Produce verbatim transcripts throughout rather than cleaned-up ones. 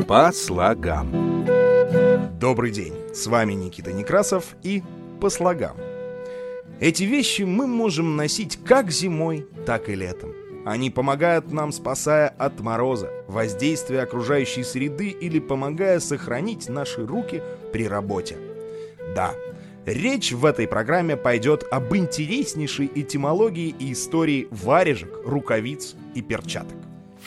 По слогам. Добрый день, с вами Никита Некрасов и по слогам. Эти вещи мы можем носить как зимой, так и летом. Они помогают нам, спасая от мороза, воздействия окружающей среды или помогая сохранить наши руки при работе. Да, речь в этой программе пойдет об интереснейшей этимологии и истории варежек, рукавиц и перчаток.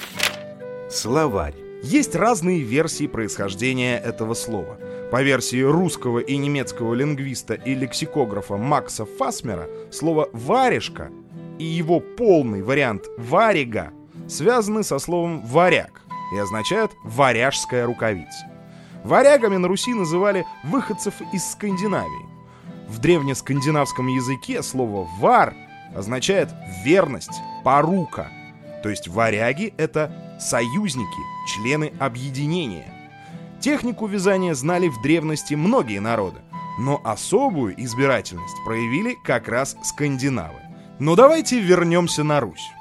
Словарь. Есть разные версии происхождения этого слова. По версии русского и немецкого лингвиста и лексикографа Макса Фасмера, слово «варежка» и его полный вариант «варега» связаны со словом «варяг» и означают «варяжская рукавица». Варягами на Руси называли выходцев из Скандинавии. В древнескандинавском языке слово «вар» означает «верность», «порука». То есть варяги — это союзники, члены объединения. Технику вязания знали в древности многие народы, но особую избирательность проявили как раз скандинавы. Но давайте вернемся на Русь.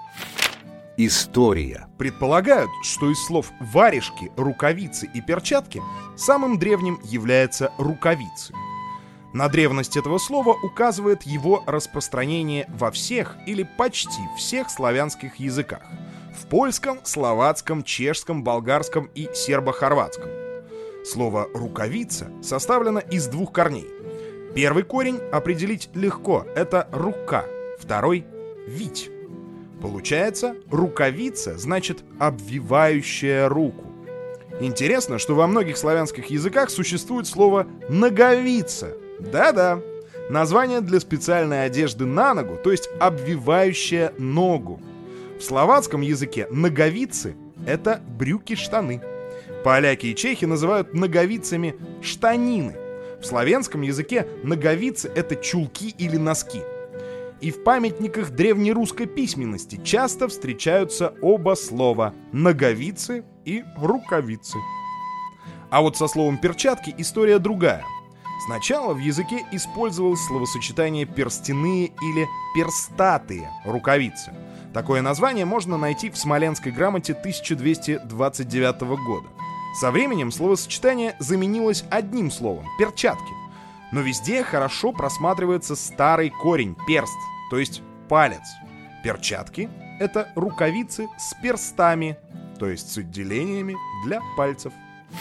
История. Предполагают, что из слов «варежки», «рукавицы» и «перчатки» самым древним является «рукавицы». На древность этого слова указывает его распространение во всех или почти всех славянских языках: в польском, словацком, чешском, болгарском и сербо-хорватском. Слово «рукавица» составлено из двух корней. Первый корень определить легко — это «рука», второй — «вить». Получается, рукавица значит «обвивающая руку». Интересно, что во многих славянских языках существует слово «ноговица». Да-да, название для специальной одежды на ногу, то есть обвивающая ногу. В словацком языке ноговицы — это брюки-штаны. Поляки и чехи называют ноговицами штанины. В славянском языке ноговицы — это чулки или носки. И в памятниках древнерусской письменности часто встречаются оба слова «ноговицы» и «рукавицы». А вот со словом «перчатки» история другая. Сначала в языке использовалось словосочетание «перстяные» или «перстатые» рукавицы. Такое название можно найти в Смоленской грамоте тысяча двести двадцать девятого года. Со временем словосочетание заменилось одним словом — «перчатки». Но везде хорошо просматривается старый корень «перст», то есть «палец». Перчатки — это рукавицы с перстами, то есть с отделениями для пальцев.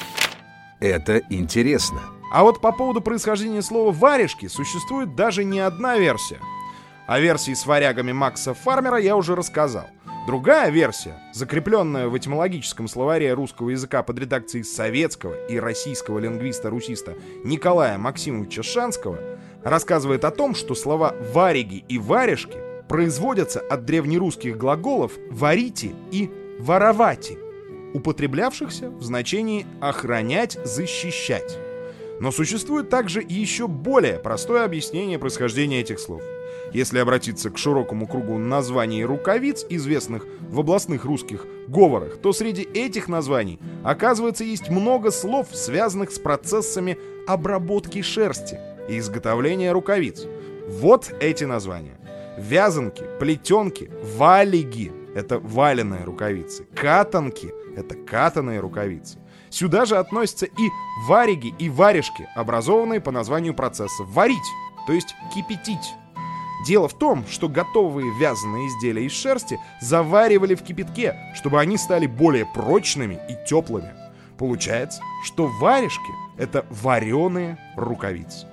Это интересно. А вот по поводу происхождения слова «варежки» существует даже не одна версия. О версии с варягами Макса Фармера я уже рассказал. Другая версия, закрепленная в этимологическом словаре русского языка под редакцией советского и российского лингвиста-русиста Николая Максимовича Шанского, рассказывает о том, что слова «вареги» и «варежки» производятся от древнерусских глаголов «варите» и «воровати», употреблявшихся в значении «охранять», «защищать». Но существует также еще более простое объяснение происхождения этих слов. Если обратиться к широкому кругу названий рукавиц, известных в областных русских говорах, то среди этих названий, оказывается, есть много слов, связанных с процессами обработки шерсти и изготовления рукавиц. Вот эти названия: вязанки, плетенки, валиги — это валеные рукавицы, катанки — это катаные рукавицы. Сюда же относятся и вареги, и варежки, образованные по названию процесса «варить», то есть «кипятить». Дело в том, что готовые вязаные изделия из шерсти заваривали в кипятке, чтобы они стали более прочными и теплыми. Получается, что варежки — это вареные рукавицы.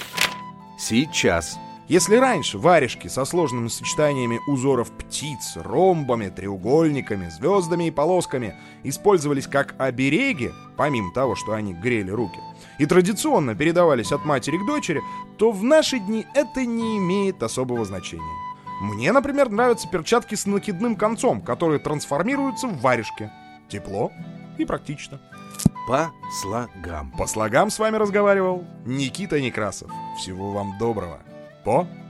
Сейчас. Если раньше варежки со сложными сочетаниями узоров птиц, ромбами, треугольниками, звездами и полосками использовались как обереги, помимо того, что они грели руки, и традиционно передавались от матери к дочери, то в наши дни это не имеет особого значения. Мне, например, нравятся перчатки с накидным концом, которые трансформируются в варежки. Тепло и практично. По слогам. По слогам с вами разговаривал Никита Некрасов. Всего вам доброго. По